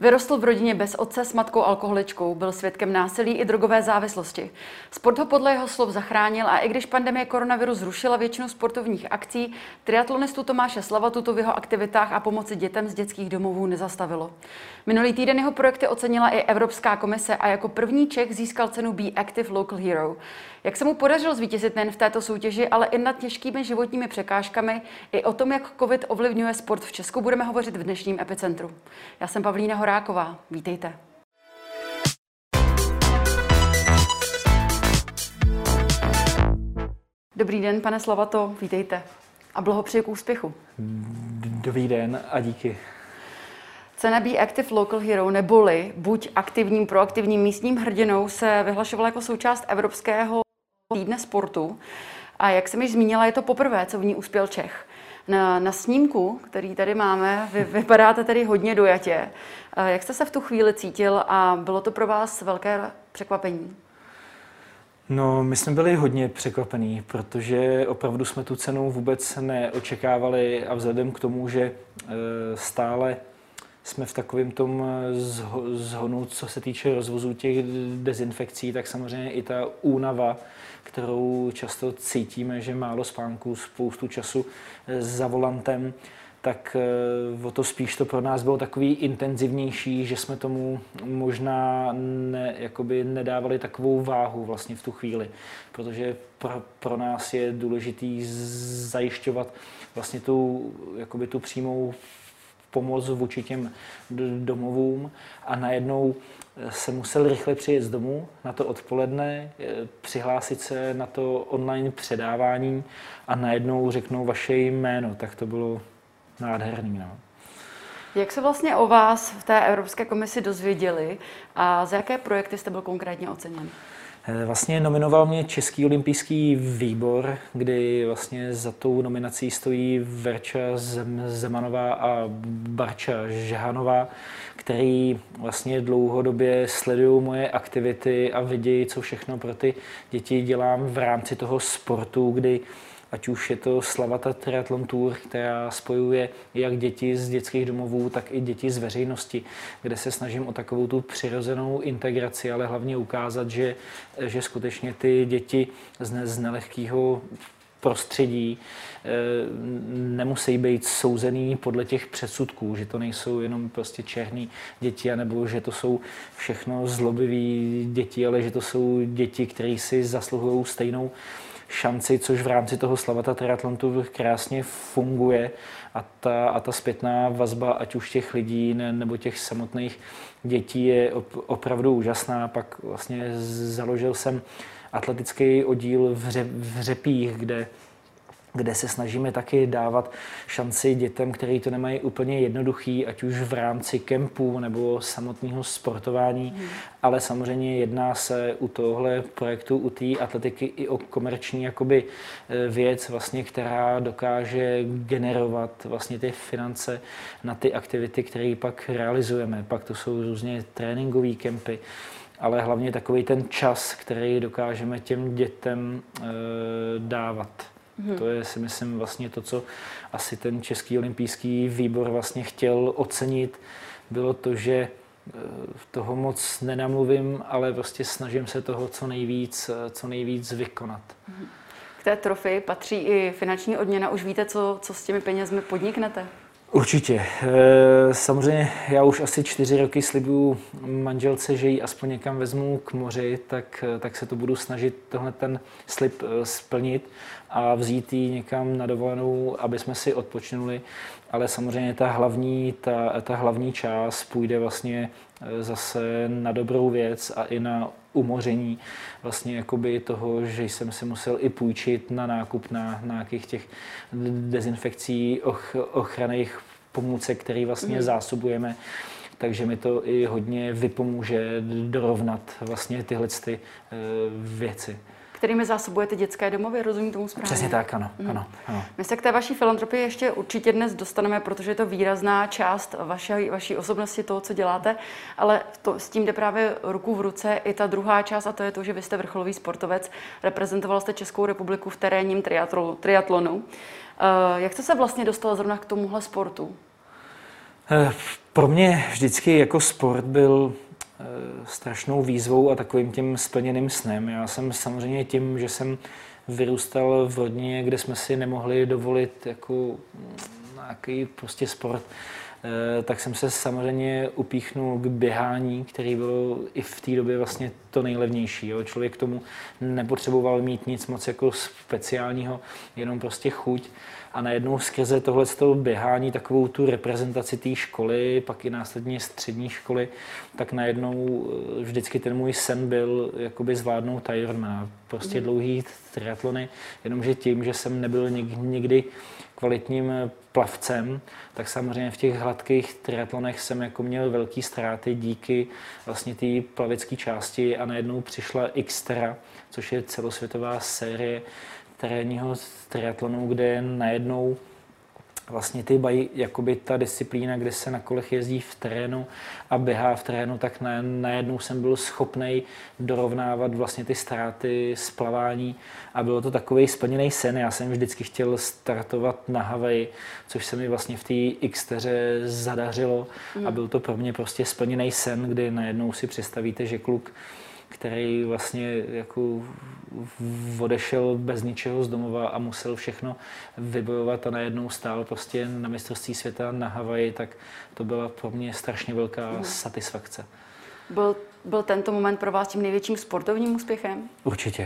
Vyrostl v rodině bez otce s matkou alkoholičkou, byl svědkem násilí i drogové závislosti. Sport ho podle jeho slov zachránil a i když pandemie koronaviru zrušila většinu sportovních akcí, triatlonistu Tomáše Slavatu v jeho aktivitách a pomoci dětem z dětských domovů nezastavilo. Minulý týden jeho projekty ocenila i Evropská komise a jako první Čech získal cenu Be Active Local Hero. Jak se mu podařilo zvítězit nejen v této soutěži, ale i nad těžkými životními překážkami, i o tom, jak COVID ovlivňuje sport v Česku, budeme hovořit v dnešním epicentru. Já jsem Pavlína Horáková. Vítejte. Dobrý den, pane Slavato, vítejte a blahopřeji k úspěchu. Dobrý den a díky. Cena Be Active Local Hero neboli buď aktivním, proaktivním místním hrdinou se vyhlašovala jako součást Evropského týdne sportu. A jak jsem již zmínila, je to poprvé, co v ní uspěl Čech. Na snímku, který tady máme, vy vypadáte tady hodně dojatě. Jak jste se v tu chvíli cítil a bylo to pro vás velké překvapení? No, my jsme byli hodně překvapení, protože opravdu jsme tu cenu vůbec neočekávali a vzhledem k tomu, že stále jsme v takovém tom zhonu, co se týče rozvozu těch dezinfekcí, tak samozřejmě i ta únava, kterou často cítíme, že málo spánku, spoustu času za volantem, tak o to spíš to pro nás bylo takový intenzivnější, že jsme tomu možná nedávali takovou váhu vlastně v tu chvíli, protože pro nás je důležitý zajišťovat vlastně tu přímou pomoc vůči těm domovům a najednou se musel rychle přijet z domu na to odpoledne, přihlásit se na to online předávání a najednou řeknou vaše jméno, tak to bylo nádherný. No. Jak se vlastně o vás v té Evropské komisi dozvěděli a za jaké projekty jste byl konkrétně oceněn? Vlastně nominoval mě Český olympijský výbor, kdy vlastně za tou nominací stojí Verča Zemanová a Barča Žehanová, který vlastně dlouhodobě sledují moje aktivity a vidí, co všechno pro ty děti dělám v rámci toho sportu, kdy ať už je to Slavata Triathlon Tour, která spojuje jak děti z dětských domovů, tak i děti z veřejnosti, kde se snažím o takovou tu přirozenou integraci, ale hlavně ukázat, že skutečně ty děti z nelehkého prostředí nemusí být souzený podle těch předsudků, že to nejsou jenom prostě černý děti, anebo že to jsou všechno zlobivý děti, ale že to jsou děti, které si zasluhují stejnou šanci, což v rámci toho Slavata Triathlonu krásně funguje a ta zpětná vazba, ať už těch lidí nebo těch samotných dětí, je opravdu úžasná. Pak vlastně založil jsem atletický oddíl v Řepích, kde se snažíme taky dávat šanci dětem, kteří to nemají úplně jednoduchý, ať už v rámci kempu nebo samotného sportování, ale samozřejmě jedná se u tohle projektu, u té atletiky i o komerční věc, vlastně, která dokáže generovat vlastně ty finance na ty aktivity, které pak realizujeme. Pak to jsou různě tréninkové kempy, ale hlavně takový ten čas, který dokážeme těm dětem dávat. To je, si myslím, vlastně to, co asi ten Český olympijský výbor vlastně chtěl ocenit. Bylo to, že toho moc nenamluvím, ale prostě snažím se toho co nejvíc vykonat. K té trofeji patří i finanční odměna. Už víte, co s těmi penězmi podniknete? Určitě. Samozřejmě já už asi 4 roky slibuju manželce, že ji aspoň někam vezmu k moři, tak se to budu snažit tohle ten slib splnit a vzít ji někam na dovolenou, aby jsme si odpočinuli. Ale samozřejmě ta hlavní část půjde vlastně zase na dobrou věc a i na umoření vlastně jakoby toho, že jsem si musel i půjčit na nákup na nějakých těch dezinfekcí, ochranných pomůcek, které vlastně zásobujeme. Takže mi to i hodně vypomůže dorovnat vlastně tyhle věci. Kterými zásobujete dětské domovy, rozumím tomu správně? Přesně tak, ano. My se k té vaší filantropii ještě určitě dnes dostaneme, protože je to výrazná část vaší osobnosti, toho, co děláte, ale s tím jde právě ruku v ruce i ta druhá část, a to je to, že vy jste vrcholový sportovec, reprezentoval jste Českou republiku v terénním triatlonu. Jak jste se vlastně dostal zrovna k tomuhle sportu? Pro mě vždycky jako sport byl strašnou výzvou a takovým tím splněným snem. Já jsem samozřejmě tím, že jsem vyrůstal v rodině, kde jsme si nemohli dovolit jako nějaký prostě sport, tak jsem se samozřejmě upíchnul k běhání, který bylo i v té době vlastně to nejlevnější. Jo. Člověk k tomu nepotřeboval mít nic moc jako speciálního, jenom prostě chuť. A najednou skrze tohleto běhání, takovou tu reprezentaci té školy, pak i následně střední školy, tak najednou vždycky ten můj sen byl jakoby zvládnout Ironman, prostě dlouhý triatlony, jenomže tím, že jsem nebyl nikdy kvalitním plavcem, tak samozřejmě v těch hladkých triatlonech jsem jako měl velký ztráty díky vlastně té plavecké části a najednou přišla Xterra, což je celosvětová série terénního triatlonu, kde najednou vlastně jakoby ta disciplína, kde se na kolech jezdí v terénu a běhá v terénu, tak najednou jsem byl schopnej dorovnávat vlastně ty ztráty z plavání a bylo to takový splněný sen. Já jsem vždycky chtěl startovat na Havaji, což se mi vlastně v té Xteře zadařilo a byl to pro mě prostě splněný sen, kdy najednou si představíte, že kluk, který vlastně jako odešel bez ničeho z domova a musel všechno vybojovat a najednou stál prostě na mistrovství světa na Havaji, tak to byla pro mě strašně velká satisfakce. Byl tento moment pro vás tím největším sportovním úspěchem? Určitě.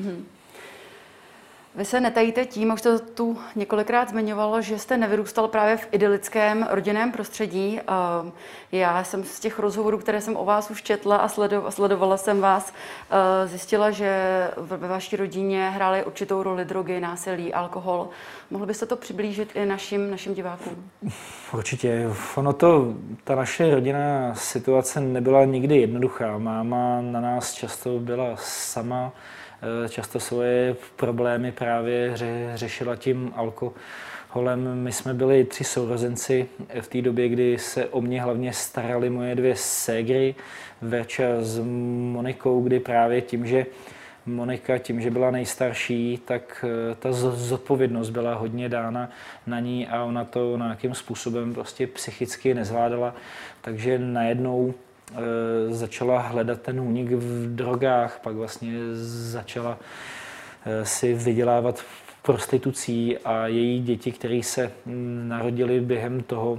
Vy se netajíte tím, už to tu několikrát zmiňovalo, že jste nevyrůstal právě v idylickém rodinném prostředí. Já jsem z těch rozhovorů, které jsem o vás už četla a sledovala jsem vás, zjistila, že ve vaší rodině hrály určitou roli drogy, násilí, alkohol. Mohli byste to přiblížit i našim divákům? Určitě. Ta naše rodinná situace nebyla nikdy jednoduchá. Máma na nás často byla sama, často svoje problémy právě řešila tím alkoholem. My jsme byli 3 sourozenci v té době, kdy se o mě hlavně starali moje 2 ségry, Verča s Monikou, kdy právě tím, že Monika, tím, že byla nejstarší, tak ta zodpovědnost byla hodně dána na ní a ona to nějakým způsobem prostě psychicky nezvládala, takže najednou začala hledat ten únik v drogách, pak vlastně začala si vydělávat prostitucí a její děti, které se narodily během toho,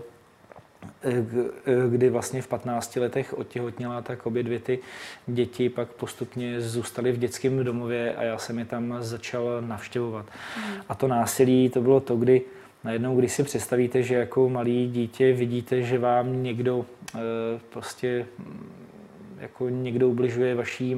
kdy vlastně v 15 letech otěhotněla, tak obě 2 ty děti pak postupně zůstaly v dětském domově a já jsem je tam začal navštěvovat. A to násilí, to bylo to, kdy najednou, když si představíte, že jako malý dítě vidíte, že vám někdo prostě jako někdo ubližuje vaší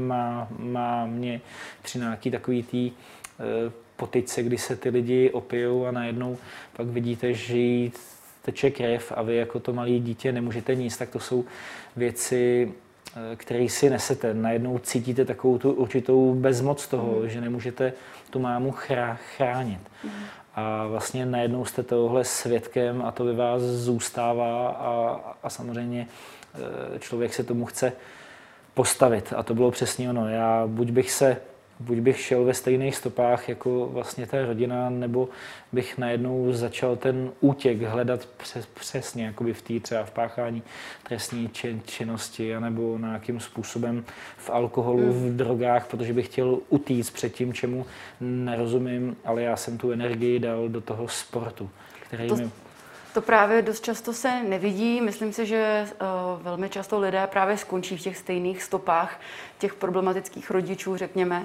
mámě při nějaký takový tý potyčce, kdy se ty lidi opijou a najednou pak vidíte, že jí teče krev a vy jako to malé dítě nemůžete nic, tak to jsou věci, které si nesete. Najednou cítíte takovou tu určitou bezmoc toho, že nemůžete tu mámu chránit. A vlastně najednou jste tohle svědkem a to ve vás zůstává a samozřejmě člověk se tomu chce postavit. A to bylo přesně ono. Já buď bych šel ve stejných stopách jako vlastně ta rodina, nebo bych najednou začal ten útěk hledat přesně jakoby v té třeba v páchání trestní činnosti, anebo nějakým způsobem v alkoholu, v drogách, protože bych chtěl utíct před tím, čemu nerozumím, ale já jsem tu energii dal do toho sportu, který mi... To právě dost často se nevidí. Myslím si, že velmi často lidé právě skončí v těch stejných stopách těch problematických rodičů, řekněme.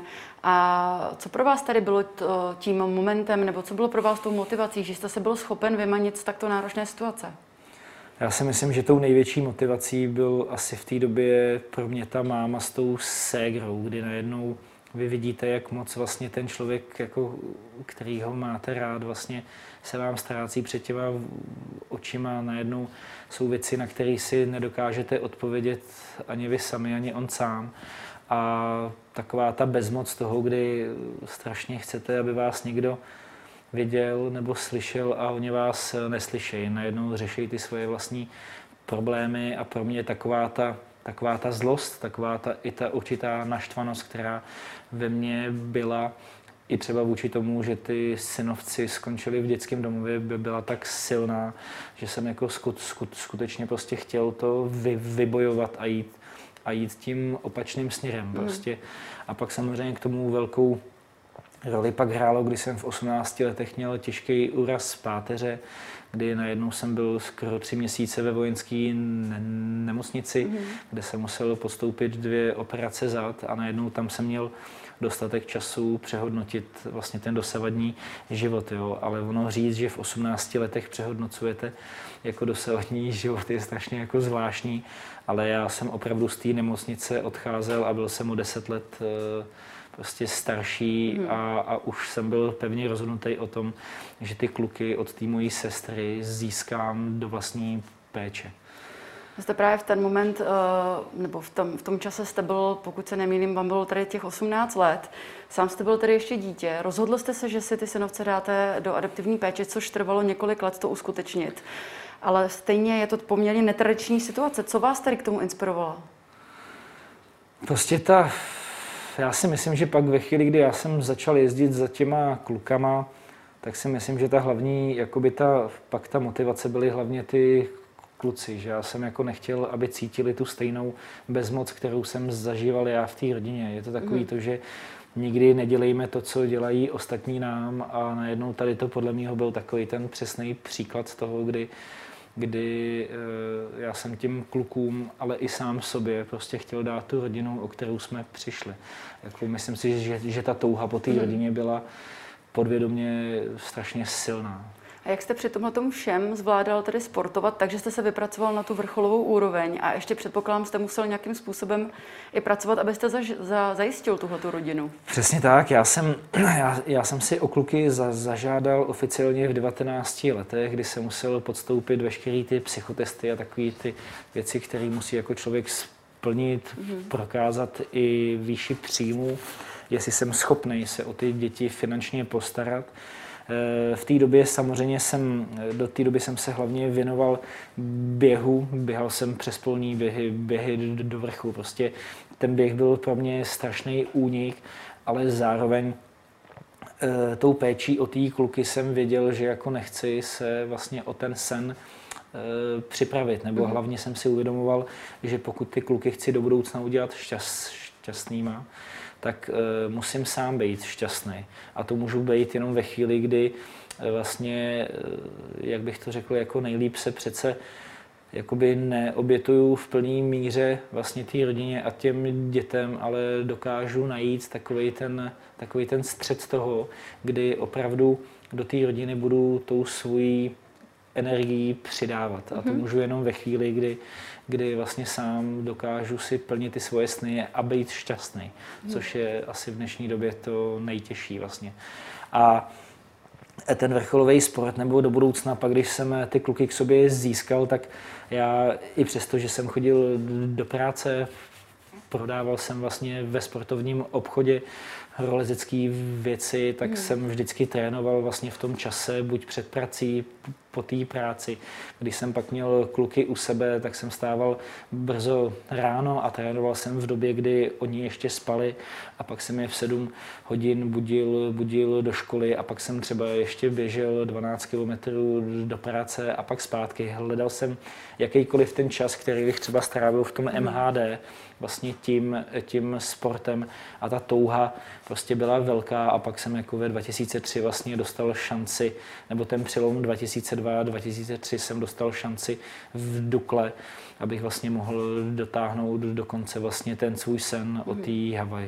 A co pro vás tady bylo tím momentem, nebo co bylo pro vás tou motivací, že jste se byl schopen vymanit z takto náročné situace? Já si myslím, že tou největší motivací byl asi v té době pro mě ta máma s tou ségrou, kdy najednou vy vidíte, jak moc vlastně ten člověk, jako, který ho máte rád, vlastně se vám ztrácí před těma očima. Najednou jsou věci, na které si nedokážete odpovědět ani vy sami, ani on sám. A taková ta bezmoc toho, kdy strašně chcete, aby vás někdo viděl nebo slyšel a oni vás neslyšejí. Najednou řeší ty svoje vlastní problémy a pro mě taková ta zlost, i ta určitá naštvanost, která ve mně byla, i třeba vůči tomu, že ty synovci skončili v dětském domově, by byla tak silná, že jsem jako skutečně prostě chtěl to vybojovat a jít tím opačným směrem prostě. A pak samozřejmě k tomu velkou roli pak hrálo, když jsem v 18 letech měl těžký úraz páteře, kdy najednou jsem byl skoro 3 měsíce ve vojenské nemocnici, kde jsem musel podstoupit 2 operace zad a najednou tam jsem měl dostatek času přehodnotit vlastně ten dosavadní život. Jo. Ale ono říct, že v 18 letech přehodnocujete jako dosavadní život je strašně jako zvláštní, ale já jsem opravdu z té nemocnice odcházel a byl jsem o 10 let prostě starší a už jsem byl pevně rozhodnutý o tom, že ty kluky od té mojí sestry získám do vlastní péče. Jste právě v ten moment, nebo v tom čase jste byl, pokud se nemýlím, vám bylo tady těch 18 let, sám jste byl tady ještě dítě. Rozhodl jste se, že si ty synovce dáte do adaptivní péče, což trvalo několik let to uskutečnit. Ale stejně je to poměrně netradiční situace. Co vás tady k tomu inspirovalo? Prostě já si myslím, že pak ve chvíli, kdy já jsem začal jezdit za těma klukama, tak si myslím, že ta hlavní, pak ta motivace byly hlavně ty kluci, že já jsem jako nechtěl, aby cítili tu stejnou bezmoc, kterou jsem zažíval já v té rodině. Je to takový to, že nikdy nedělejme to, co dělají ostatní nám a najednou tady to podle mého byl takový ten přesný příklad toho, kdy já jsem těm klukům, ale i sám sobě prostě chtěl dát tu rodinu, o kterou jsme přišli. Jako myslím si, že ta touha po té rodině byla podvědomě strašně silná. A jak jste při tomhletom všem zvládal tedy sportovat, takže jste se vypracoval na tu vrcholovou úroveň a ještě předpokládám, jste musel nějakým způsobem i pracovat, abyste zajistil tuhletu rodinu? Přesně tak. Já jsem si o kluky zažádal oficiálně v 19 letech, kdy jsem musel podstoupit veškeré ty psychotesty a takové ty věci, které musí jako člověk splnit, prokázat i výši příjmu, jestli jsem schopný se o ty děti finančně postarat. V té době samozřejmě do té doby jsem se hlavně věnoval běhu, běhal jsem přes polní běhy do vrchu. Prostě ten běh byl pro mě strašný únik, ale zároveň tou péčí o té kluky jsem věděl, že jako nechci se vlastně o ten sen připravit, nebo hlavně jsem si uvědomoval, že pokud ty kluky chci do budoucna udělat šťastnýma, tak musím sám být šťastný. A to můžu být jenom ve chvíli, kdy vlastně, jak bych to řekl, jako nejlíp se přece jakoby neobětuju v plné míře vlastně té rodině a těm dětem, ale dokážu najít takový ten střed toho, kdy opravdu do té rodiny budu tou svojí energií přidávat. A to můžu jenom ve chvíli, kdy vlastně sám dokážu si plnit ty svoje sny a být šťastný, což je asi v dnešní době to nejtěžší vlastně. A ten vrcholový sport nebo do budoucna, pak když jsem ty kluky k sobě získal, tak já i přesto, že jsem chodil do práce, prodával jsem vlastně ve sportovním obchodě horolezecké věci, tak jsem vždycky trénoval vlastně v tom čase, buď před prací, po té práci. Když jsem pak měl kluky u sebe, tak jsem stával brzo ráno a trénoval jsem v době, kdy oni ještě spali a pak jsem je v 7 hodin budil do školy a pak jsem třeba ještě běžel 12 kilometrů do práce a pak zpátky. Hledal jsem jakýkoliv ten čas, který bych třeba strávil v tom MHD, vlastně tím sportem a ta touha prostě byla velká a pak jsem jako ve 2003 vlastně dostal šanci, nebo ten přelom 2002-2003 jsem dostal šanci v Dukle, abych vlastně mohl dotáhnout do konce vlastně ten svůj sen o té Havaji.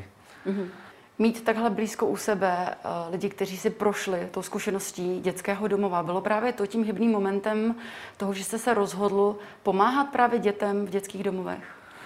Mít takhle blízko u sebe lidi, kteří si prošli tou zkušeností dětského domova, bylo právě to tím hybným momentem toho, že jste se rozhodl pomáhat právě dětem v dětských domovech?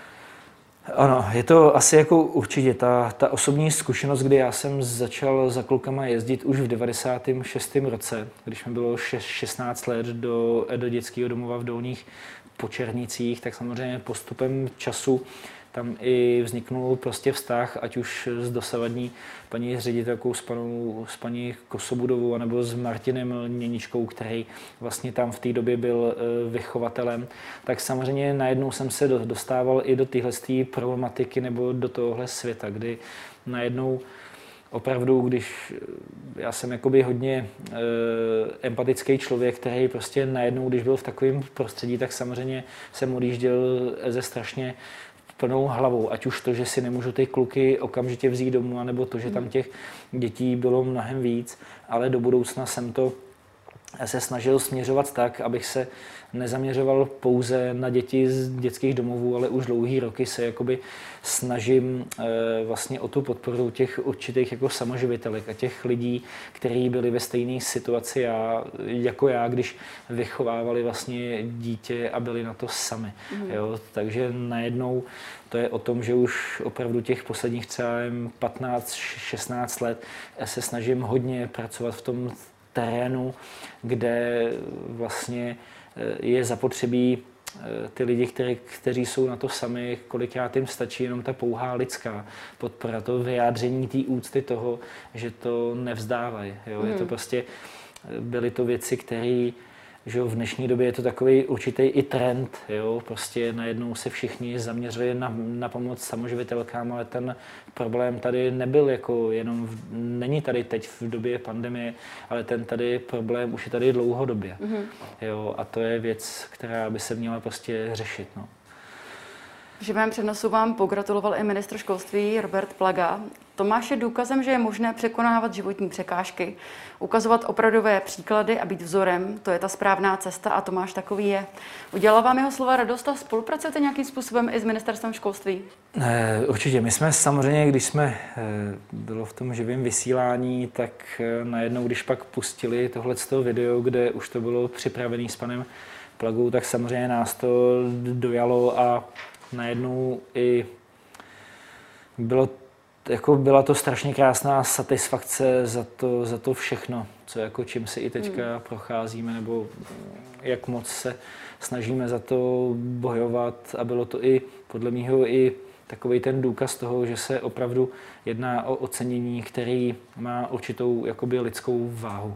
Ano, je to asi jako určitě ta osobní zkušenost, kdy já jsem začal za klukama jezdit už v 96. roce, když mi bylo 16 let do dětského domova v Dolních Počernicích, tak samozřejmě postupem času tam i vzniknul prostě vztah, ať už s dosavadní paní ředitelkou, s paní Kosobudovou, anebo s Martinem Měničkou, který vlastně tam v té době byl vychovatelem, tak samozřejmě najednou jsem se dostával i do téhle problematiky nebo do tohohle světa, kdy najednou opravdu, když já jsem jakoby hodně empatický člověk, který prostě najednou, když byl v takovém prostředí, tak samozřejmě jsem odjížděl ze strašně plnou hlavou, ať už to, že si nemůžu ty kluky okamžitě vzít domů, anebo to, že tam těch dětí bylo mnohem víc, ale do budoucna jsem to se snažil směřovat tak, abych se nezaměřoval pouze na děti z dětských domovů, ale už dlouhý roky se jakoby snažím vlastně o tu podporu těch určitých jako samoživitelek a těch lidí, kteří byli ve stejné situaci jako já, když vychovávali vlastně dítě a byli na to sami. Jo? Takže najednou to je o tom, že už opravdu těch posledních třeba 15-16 let se snažím hodně pracovat v tom terénu, kde vlastně je zapotřebí ty lidi, kteří jsou na to sami, kolikrát jim stačí jenom ta pouhá lidská podpora, to vyjádření té úcty toho, že to nevzdávají. Jo? Je to prostě, byly to věci, které že v dnešní době je to takový určitý i trend, jo? Prostě najednou se všichni zaměřují na pomoc samoživitelkám, ale ten problém tady nebyl jako jenom, není tady teď v době pandemie, ale ten tady problém už je tady dlouhodobě. Jo? A to je věc, která by se měla prostě řešit. No. V živém přenosu vám pogratuloval i ministr školství Robert Plaga. Tomáš je důkazem, že je možné překonávat životní překážky, ukazovat opravdové příklady a být vzorem. To je ta správná cesta a Tomáš takový je. Udělala vám jeho slova radost a spolupracujete nějakým způsobem i s ministerstvem školství? Určitě. My jsme samozřejmě, když jsme bylo v tom živém vysílání, tak najednou, když pak pustili tohleto video, kde už to bylo připravené s panem Plagou, tak samozřejmě nás to dojalo a najednou i byla to strašně krásná satisfakce za to všechno, co jako čím si i teďka procházíme, nebo jak moc se snažíme za to bojovat a bylo to i podle mého i takový ten důkaz toho, že se opravdu jedná o ocenění, který má určitou jakoby lidskou váhu.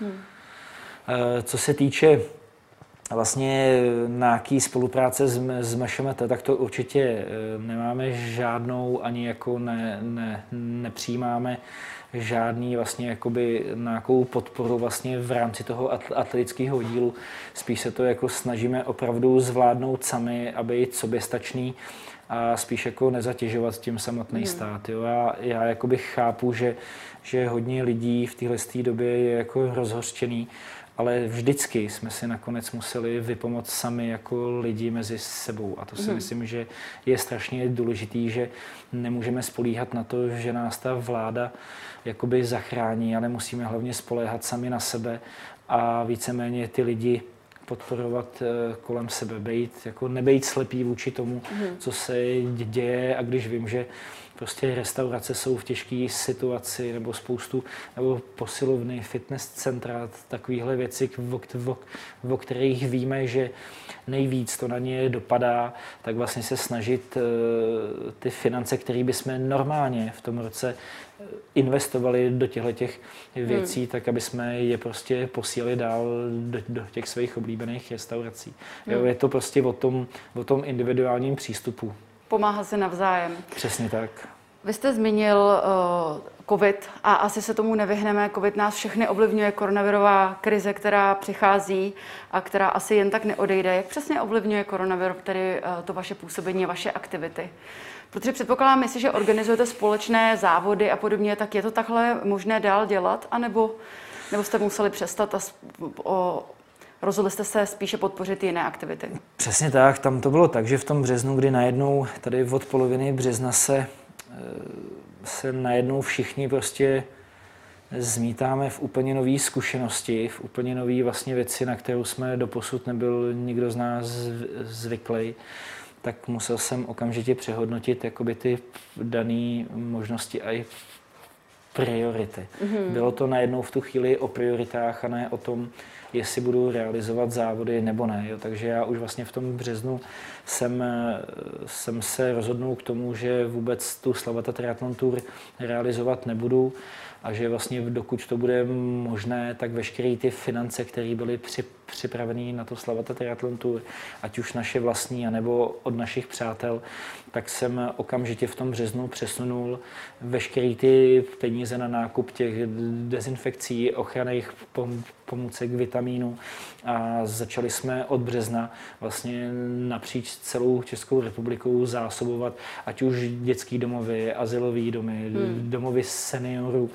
Co se týče vlastně nějaký spolupráce s MŠMT, tak to určitě nemáme žádnou, ani jako nepřijímáme žádný vlastně jakoby nějakou podporu vlastně v rámci toho atletického dílu. Spíš se to jako snažíme opravdu zvládnout sami a být soběstačný a spíš jako nezatěžovat tím samotný stát. Jo. Já jakoby chápu, že hodně lidí v téhle době je jako rozhořčený, ale vždycky jsme si nakonec museli vypomoct sami jako lidi mezi sebou. A to si myslím, že je strašně důležitý, že nemůžeme spolíhat na to, že nás ta vláda jakoby zachrání, ale musíme hlavně spoléhat sami na sebe a víceméně ty lidi podporovat kolem sebe, nebejt slepý vůči tomu, co se děje a když vím, že prostě restaurace jsou v těžké situaci nebo nebo posilovny, fitness centra, takovéhle věci, o kterých víme, že nejvíc to na ně dopadá, tak vlastně se snažit ty finance, které bychom normálně v tom roce investovali do těchto věcí, tak aby jsme je prostě posílali dál do těch svých oblíbených restaurací. Jo, je to prostě o tom individuálním přístupu. Pomáhá se navzájem. Přesně tak. Vy jste zmínil covid a asi se tomu nevyhneme. Covid nás všechny ovlivňuje, koronavirová krize, která přichází a která asi jen tak neodejde. Jak přesně ovlivňuje koronavir, tedy to vaše působení a vaše aktivity? Protože předpokládám, jestliže organizujete společné závody a podobně, tak je to takhle možné dál dělat, anebo jste museli přestat a rozhodli jste se spíše podpořit jiné aktivity? Přesně tak, tam to bylo tak, že v tom březnu, kdy najednou tady od poloviny března se najednou všichni prostě zmítáme v úplně nové zkušenosti, v úplně nové vlastně věci, na kterou jsme doposud nebyl nikdo z nás zvyklý, tak musel jsem okamžitě přehodnotit jakoby ty dané možnosti a i priority. Bylo to najednou v tu chvíli o prioritách a ne o tom, jestli budu realizovat závody nebo ne. Jo. Takže já už vlastně v tom březnu jsem se rozhodnul k tomu, že vůbec tu Slavata Triathlon Tour realizovat nebudu a že vlastně dokud to bude možné, tak veškeré ty finance, které byly připravené na to Slavata Triathlon Tour, ať už naše vlastní, anebo od našich přátel, tak jsem okamžitě v tom březnu přesunul veškeré ty peníze peníze na nákup těch dezinfekcí, ochranných pomůcek, vitamínů a začali jsme od března vlastně napříč celou Českou republikou zásobovat, ať už dětský domovy, azylový domy, domovy seniorů.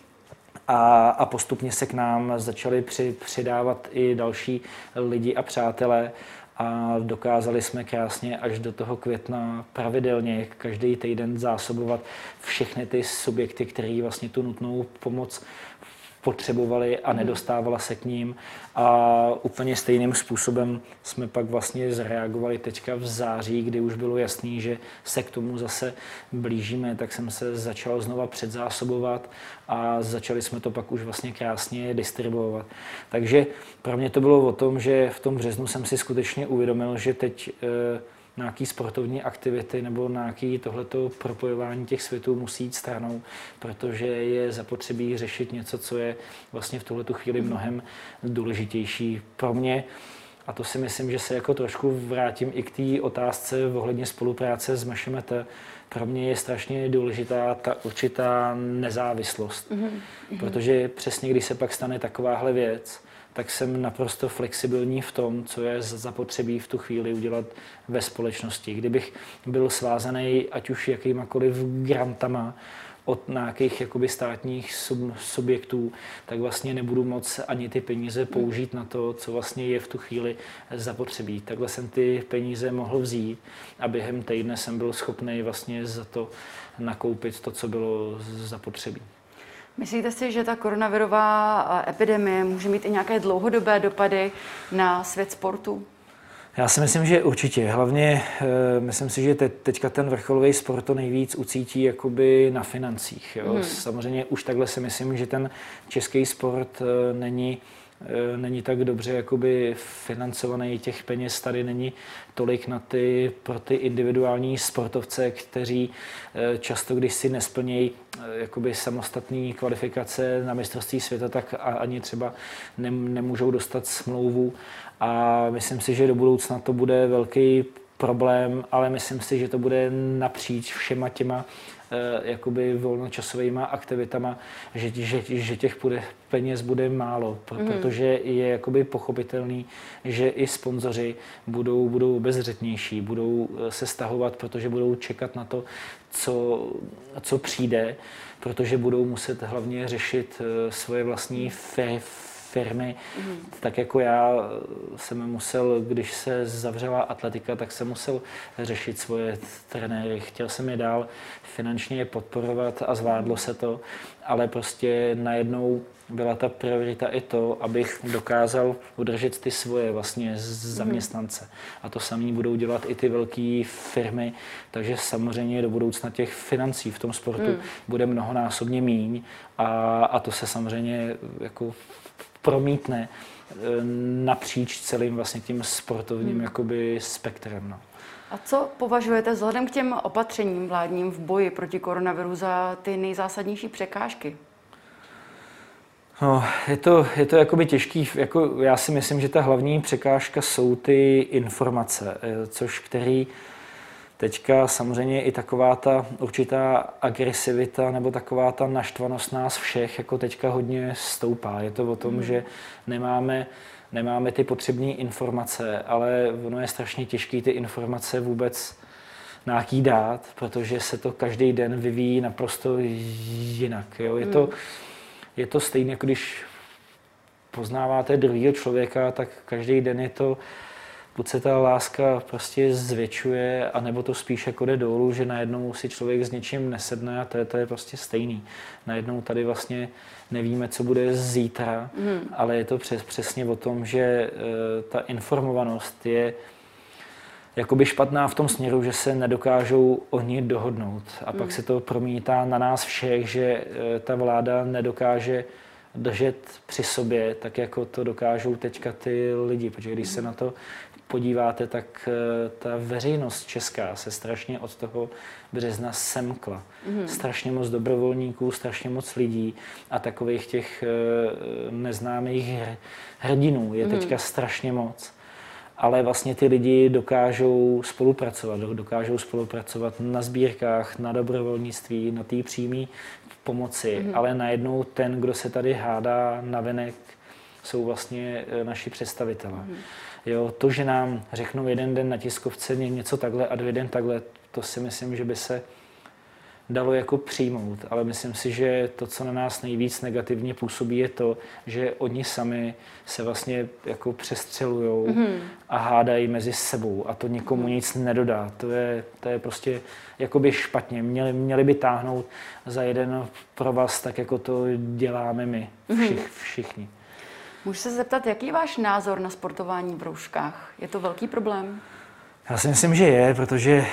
A postupně se k nám začali přidávat i další lidi a přátelé a dokázali jsme krásně až do toho května pravidelně každý týden zásobovat všechny ty subjekty, které vlastně tu nutnou pomoc potřebovali a nedostávala se k ním. A úplně stejným způsobem jsme pak vlastně zareagovali teďka v září, kdy už bylo jasný, že se k tomu zase blížíme, tak jsem se začal znova předzásobovat a začali jsme to pak už vlastně krásně distribuovat. Takže pro mě to bylo o tom, že v tom březnu jsem si skutečně uvědomil, že teď nějaký sportovní aktivity nebo nějaké tohleto propojování těch světů musí jít stranou, protože je zapotřebí řešit něco, co je vlastně v tuhletu chvíli mnohem důležitější pro mě. A to si myslím, že se jako trošku vrátím i k té otázce ohledně spolupráce s MŠMT. Pro mě je strašně důležitá ta určitá nezávislost, protože přesně když se pak stane takováhle věc, tak jsem naprosto flexibilní v tom, co je zapotřebí v tu chvíli udělat ve společnosti. Kdybych byl svázaný ať už jakýmakoliv grantama od nějakých jakoby státních subjektů, tak vlastně nebudu moc ani ty peníze použít na to, co vlastně je v tu chvíli zapotřebí. Takhle jsem ty peníze mohl vzít a během týdne jsem byl schopný vlastně za to nakoupit to, co bylo zapotřebí. Myslíte si, že ta koronavirová epidemie může mít i nějaké dlouhodobé dopady na svět sportu? Já si myslím, že určitě. Hlavně myslím si, že teďka ten vrcholový sport to nejvíc ucítí jakoby na financích. Jo? Samozřejmě už takhle si myslím, že ten český sport není tak dobře jakoby financovaný, těch peněz tady není tolik pro ty individuální sportovce, kteří často, když si nesplnějí jakoby samostatné kvalifikace na mistrovství světa, tak ani třeba nemůžou dostat smlouvu. A myslím si, že do budoucna to bude velký problém, ale myslím si, že to bude napříč všema těma jakoby volnočasovýma aktivitama, že těch peněz bude málo, protože je jakoby pochopitelný, že i sponzoři budou obezřetnější, budou se stahovat, protože budou čekat na to, co přijde, protože budou muset hlavně řešit svoje vlastní firmy. Tak jako já jsem musel, když se zavřela atletika, tak jsem musel řešit svoje trenéry. Chtěl jsem je dál finančně podporovat a zvládlo se to, ale prostě najednou byla ta priorita i to, abych dokázal udržet ty svoje vlastně zaměstnance. A to samé budou dělat i ty velké firmy, takže samozřejmě do budoucna těch financí v tom sportu bude mnohonásobně míň a to se samozřejmě jako promítne napříč celým vlastně tím sportovním jakoby spektrem. No. A co považujete vzhledem k těm opatřením vládním v boji proti koronaviru za ty nejzásadnější překážky? No, je to jakoby těžký. Jako já si myslím, že ta hlavní překážka jsou ty informace, který teďka samozřejmě i taková ta určitá agresivita nebo taková ta naštvanost nás všech jako teďka hodně stoupá. Je to o tom, že nemáme ty potřebné informace, ale ono je strašně těžké ty informace vůbec nějaký dát, protože se to každý den vyvíjí naprosto jinak. Jo? Je to stejné, jako když poznáváte druhého člověka, tak každý den je to buď se ta láska prostě zvětšuje, anebo to spíš jako jde dolů, že najednou si člověk s něčím nesedne a to je prostě stejný. Najednou tady vlastně nevíme, co bude zítra, ale je to přesně o tom, že ta informovanost je jakoby špatná v tom směru, že se nedokážou oni dohodnout. A pak se to promítá na nás všech, že ta vláda nedokáže držet při sobě, tak jako to dokážou teďka ty lidi. Protože když se na to podíváte, tak ta veřejnost česká se strašně od toho března semkla. Strašně moc dobrovolníků, strašně moc lidí a takových těch neznámých hrdinů je teďka strašně moc. ale vlastně ty lidi dokážou spolupracovat na sbírkách, na dobrovolnictví, na té přímé pomoci, ale najednou ten, kdo se tady hádá navenek, jsou vlastně naši představitelé. Jo, to, že nám řeknou jeden den na tiskovce něco takhle a druhý den takhle, to si myslím, že by se dalo jako přijmout, ale myslím si, že to, co na nás nejvíc negativně působí, je to, že oni sami se vlastně jako přestřelujou a hádají mezi sebou a to nikomu nic nedodá. To je prostě jakoby špatně. Měli by táhnout za jeden provaz, tak jako to děláme my všichni. Můžu se zeptat, jaký je váš názor na sportování v rouškách? Je to velký problém? Já si myslím, že je, protože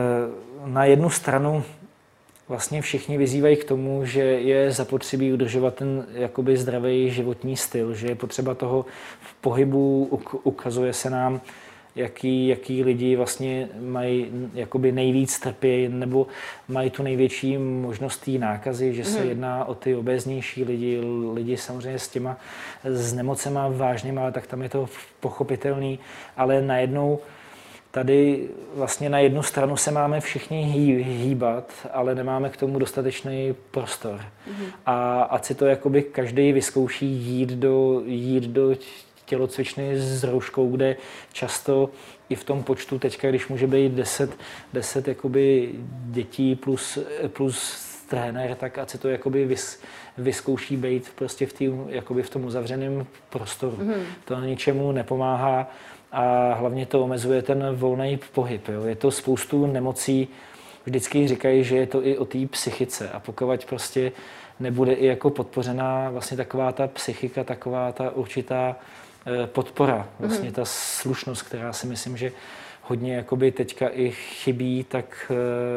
na jednu stranu vlastně všichni vyzývají k tomu, že je zapotřebí udržovat ten jakoby zdravý životní styl, že je potřeba toho v pohybu, ukazuje se nám, jaký lidi vlastně mají jakoby nejvíc trpějí nebo mají tu největší možnost té nákazy, že se jedná o ty obéznější lidi samozřejmě s nemocema vážnýma, ale tak tam je to pochopitelný, ale najednou tady vlastně na jednu stranu se máme všichni hýbat, ale nemáme k tomu dostatečný prostor. A ať si to jakoby každý vyzkouší jít do tělocvičny s rouškou, kde často i v tom počtu teďka, když může být 10 jakoby dětí plus trenér, tak ať si to jakoby vyzkouší být prostě v tom uzavřeném prostoru. To ničemu nepomáhá a hlavně to omezuje ten volný pohyb. Jo. Je to spoustu nemocí, vždycky říkají, že je to i o té psychice a pokud prostě nebude i jako podpořená vlastně taková ta psychika, taková ta určitá podpora, vlastně ta slušnost, která si myslím, že hodně jakoby teďka i chybí, tak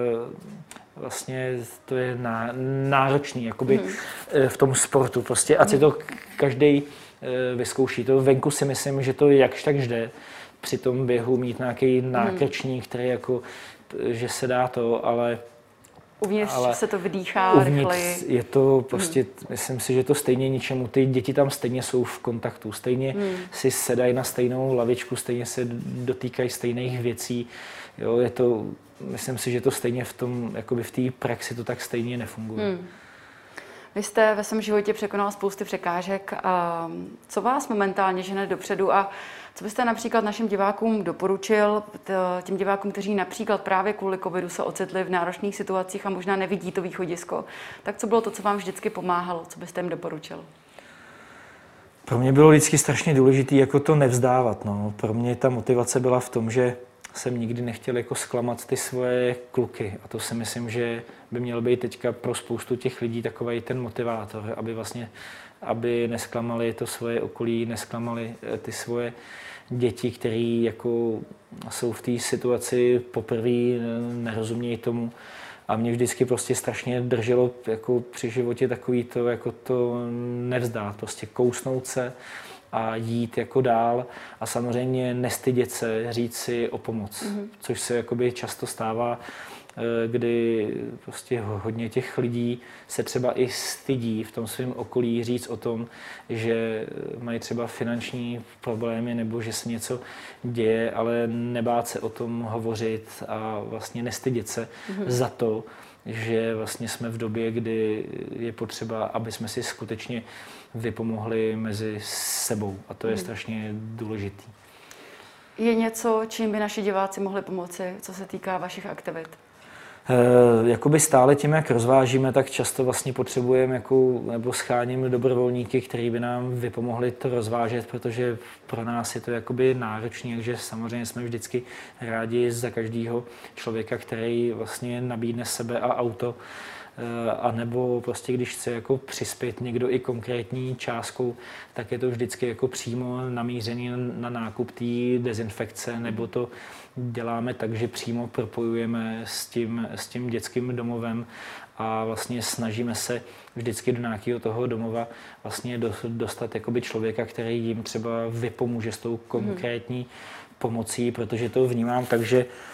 vlastně to je náročný jakoby v tom sportu. Prostě ať si to každý vyzkouší. To venku si myslím, že to jakž tak jde. Při tom běhu mít nějaký nákrčník, který jako, že se dá to, ale uvnitř se to vydýchá rychleji. Je to prostě, myslím si, že to stejně ničemu. Ty děti tam stejně jsou v kontaktu, stejně si sedají na stejnou lavičku, stejně se dotýkají stejných věcí. Jo, je to, myslím si, že to stejně v tom, jakoby v té praxi to tak stejně nefunguje. Vy jste ve svém životě překonal spousty překážek. Co vás momentálně žene dopředu a co byste například našim divákům doporučil, těm divákům, kteří například právě kvůli covidu se ocitli v náročných situacích a možná nevidí to východisko, tak co bylo to, co vám vždycky pomáhalo, co byste jim doporučil? Pro mě bylo vždycky strašně důležité jako to nevzdávat. No. Pro mě ta motivace byla v tom, že jsem nikdy nechtěl jako zklamat ty svoje kluky a to si myslím, že by měl být teďka pro spoustu těch lidí takový ten motivátor, aby nesklamali to svoje okolí, nesklamali ty svoje děti, který jako jsou v té situaci poprvé, nerozumějí tomu. A mě vždycky prostě strašně drželo jako při životě takový to, jako to nevzdát, prostě kousnout se a jít jako dál a samozřejmě nestydět se, říct si o pomoc, což se jakoby často stává, kdy prostě hodně těch lidí se třeba i stydí v tom svém okolí říct o tom, že mají třeba finanční problémy nebo že se něco děje, ale nebát se o tom hovořit a vlastně nestydět se za to, že vlastně jsme v době, kdy je potřeba, aby jsme si skutečně vypomohli mezi sebou a to je strašně důležitý. Je něco, čím by naši diváci mohli pomoci, co se týká vašich aktivit? Jakoby stále tím, jak rozvážíme, tak často vlastně potřebujeme nebo scháníme dobrovolníky, kteří by nám vypomohli to rozvážet, protože pro nás je to jakoby náročné, takže samozřejmě jsme vždycky rádi za každého člověka, který vlastně nabídne sebe a auto, a nebo prostě když chce jako přispět někdo i konkrétní částkou, tak je to vždycky jako přímo namířený na nákup té dezinfekce, nebo to děláme tak, že přímo propojujeme s tím dětským domovem a vlastně snažíme se vždycky do nějakého toho domova vlastně dostat jakoby člověka, který jim třeba vypomůže s tou konkrétní pomocí, protože to vnímám tak, že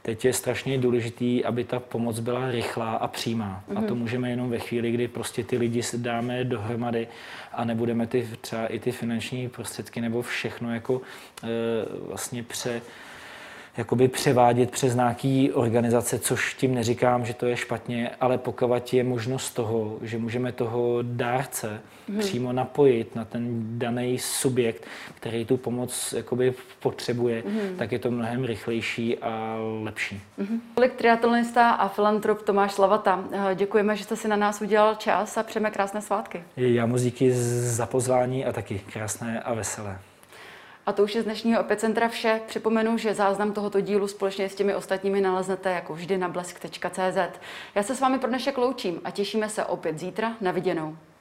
Teď je strašně důležitý, aby ta pomoc byla rychlá a přímá. A to můžeme jenom ve chvíli, kdy prostě ty lidi dáme dohromady a nebudeme třeba i ty finanční prostředky nebo všechno jako vlastně převádět přes nějaký organizace, což tím neříkám, že to je špatně, ale pokud je možnost toho, že můžeme toho dárce přímo napojit na ten daný subjekt, který tu pomoc jakoby potřebuje, tak je to mnohem rychlejší a lepší. Tolik triatlonista a filantrop Tomáš Slavata. Děkujeme, že jste si na nás udělal čas a přejeme krásné svátky. Já moc díky za pozvání a taky krásné a veselé. A to už je z dnešního Epicentra vše. Připomenu, že záznam tohoto dílu společně s těmi ostatními naleznete jako vždy na blesk.cz. Já se s vámi pro dnešek loučím a těšíme se opět zítra. Na viděnou.